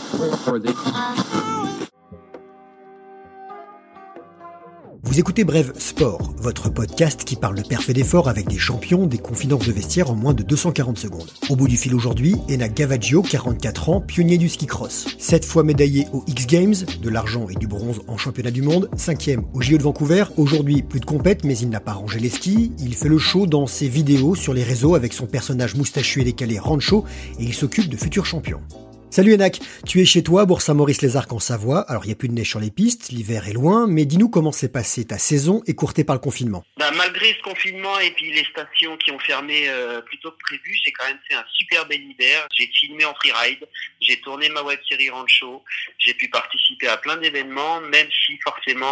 Vous écoutez Bref Sport, votre podcast qui parle de perf et d'effort avec des champions, des confidences de vestiaire en moins de 240 secondes. Au bout du fil aujourd'hui, Enak Gavaggio, 44 ans, pionnier du ski cross. 7 fois médaillé aux X Games, de l'argent et du bronze en championnat du monde, 5e au JO de Vancouver. Aujourd'hui, plus de compète, mais il n'a pas rangé les skis. Il fait le show dans ses vidéos sur les réseaux avec son personnage moustachu et décalé Rancho, et il s'occupe de futurs champions. Salut Enak, tu es chez toi à Bourg-Saint-Maurice-les-Arcs en Savoie. Alors il n'y a plus de neige sur les pistes, l'hiver est loin, mais dis-nous comment s'est passée ta saison écourtée par le confinement. Malgré ce confinement et puis les stations qui ont fermé plus tôt que prévu, j'ai quand même fait un super bel hiver. J'ai filmé en freeride, j'ai tourné ma web série Rancho, j'ai pu participer à plein d'événements, même si forcément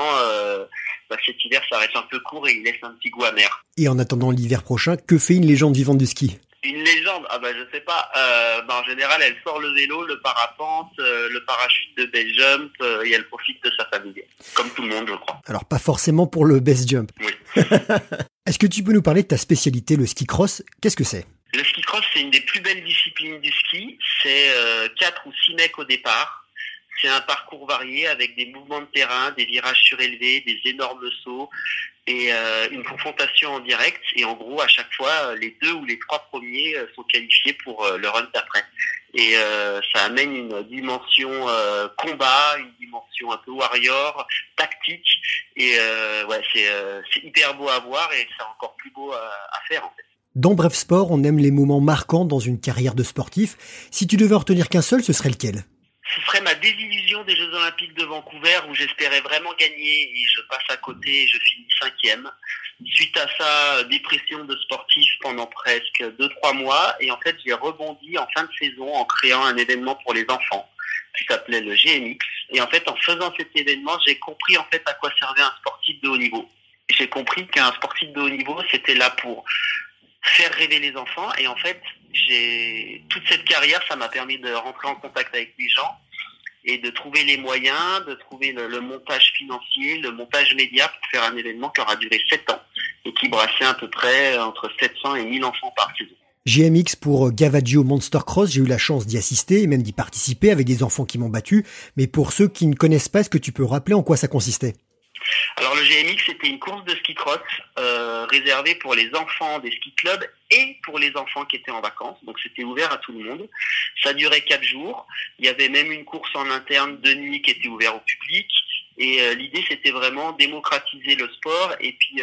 cet hiver ça reste un peu court et il laisse un petit goût amer. Et en attendant l'hiver prochain, que fait une légende vivante du ski ? Une légende, je sais pas. En général, elle sort le vélo, le parapente, le parachute de base jump et elle profite de sa famille, comme tout le monde, je crois. Alors pas forcément pour le base jump. Oui. Est-ce que tu peux nous parler de ta spécialité, le ski cross ? Qu'est-ce que c'est ? Le ski cross, c'est une des plus belles disciplines du ski. C'est 4 ou 6 mecs au départ. C'est un parcours varié avec des mouvements de terrain, des virages surélevés, des énormes sauts et une confrontation en direct. Et en gros, à chaque fois, les 2 ou les 3 premiers sont qualifiés pour le run d'après. Et ça amène une dimension combat, une dimension un peu warrior, tactique. Et c'est hyper beau à voir et c'est encore plus beau à faire en fait. Dans Bref Sport, on aime les moments marquants dans une carrière de sportif. Si tu devais en retenir qu'un seul, ce serait lequel ? Ce serait ma désillusion des Jeux Olympiques de Vancouver où j'espérais vraiment gagner et je passe à côté et je finis 5e. Suite à ça, dépression de sportif pendant presque 2-3 mois et en fait j'ai rebondi en fin de saison en créant un événement pour les enfants qui s'appelait le GMX. Et en fait en faisant cet événement, j'ai compris en fait à quoi servait un sportif de haut niveau. J'ai compris qu'un sportif de haut niveau c'était là pour faire rêver les enfants et en fait toute cette carrière ça m'a permis de rentrer en contact avec les gens et de trouver les moyens, de trouver le montage financier, le montage média pour faire un événement qui aura duré 7 ans et qui brassait à peu près entre 700 et 1000 enfants par saison. GMX pour Gavaggio Monster Cross, j'ai eu la chance d'y assister et même d'y participer avec des enfants qui m'ont battu, mais pour ceux qui ne connaissent pas, est-ce que tu peux rappeler en quoi ça consistait ? Alors le GMX c'était une course de ski cross réservée pour les enfants des ski clubs et pour les enfants qui étaient en vacances, donc c'était ouvert à tout le monde. Ça durait 4 jours, il y avait même une course en interne de nuit qui était ouverte au public et l'idée c'était vraiment démocratiser le sport et puis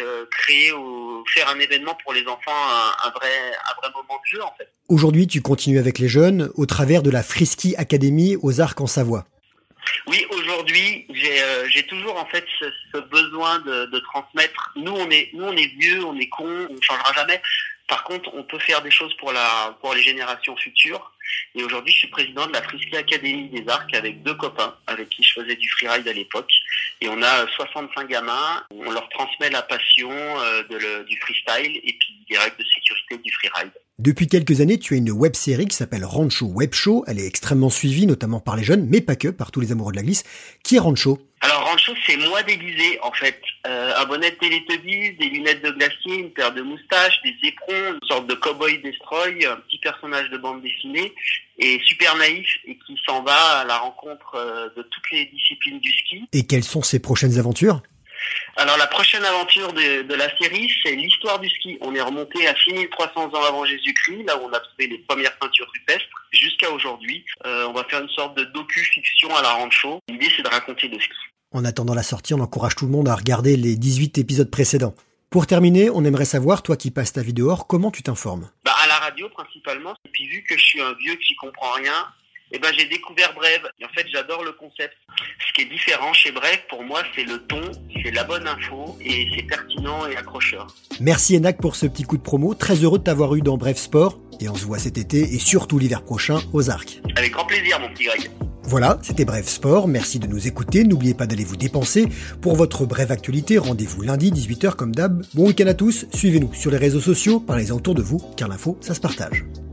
faire un événement pour les enfants, un vrai moment de jeu en fait. Aujourd'hui tu continues avec les jeunes au travers de la Free Ski Academy aux Arcs en Savoie. Oui, aujourd'hui, j'ai toujours en fait ce besoin de transmettre. Nous on est vieux, on est cons, on changera jamais. Par contre, on peut faire des choses pour les générations futures. Et aujourd'hui, je suis président de la Free Ski Academy des Arcs avec 2 copains avec qui je faisais du freeride à l'époque. Et on a 65 gamins. On leur transmet la passion du freestyle et puis des règles de sécurité du freeride. Depuis quelques années, tu as une web-série qui s'appelle Rancho Web Show. Elle est extrêmement suivie, notamment par les jeunes, mais pas que, par tous les amoureux de la glisse. Qui est Rancho ? Alors Rancho, c'est moi déguisé en fait. Un bonnet de Teletubbies, des lunettes de glacier, une paire de moustaches, des éperons, une sorte de cowboy destroy, un petit personnage de bande dessinée et super naïf et qui s'en va à la rencontre de toutes les disciplines du ski. Et quelles sont ses prochaines aventures ? Alors la prochaine aventure de la série, c'est l'histoire du ski. On est remonté à 6300 ans avant Jésus-Christ, là où on a trouvé les premières peintures rupestres, jusqu'à aujourd'hui. On va faire une sorte de docu-fiction à la Rancho. L'idée, c'est de raconter le ski. En attendant la sortie, on encourage tout le monde à regarder les 18 épisodes précédents. Pour terminer, on aimerait savoir, toi qui passes ta vie dehors, comment tu t'informes ? À la radio principalement, et puis vu que je suis un vieux qui comprend rien, j'ai découvert Bref. Et en fait, j'adore le concept. Ce qui est différent chez Bref, pour moi, c'est le ton, c'est la bonne info et c'est pertinent et accrocheur. Merci Enak pour ce petit coup de promo. Très heureux de t'avoir eu dans Bref Sport. Et on se voit cet été et surtout l'hiver prochain aux Arcs. Avec grand plaisir, mon petit Greg. Voilà, c'était Bref Sport. Merci de nous écouter. N'oubliez pas d'aller vous dépenser. Pour votre brève actualité, rendez-vous lundi, 18h comme d'hab. Bon week-end à tous. Suivez-nous sur les réseaux sociaux. Parlez-en autour de vous, car l'info, ça se partage.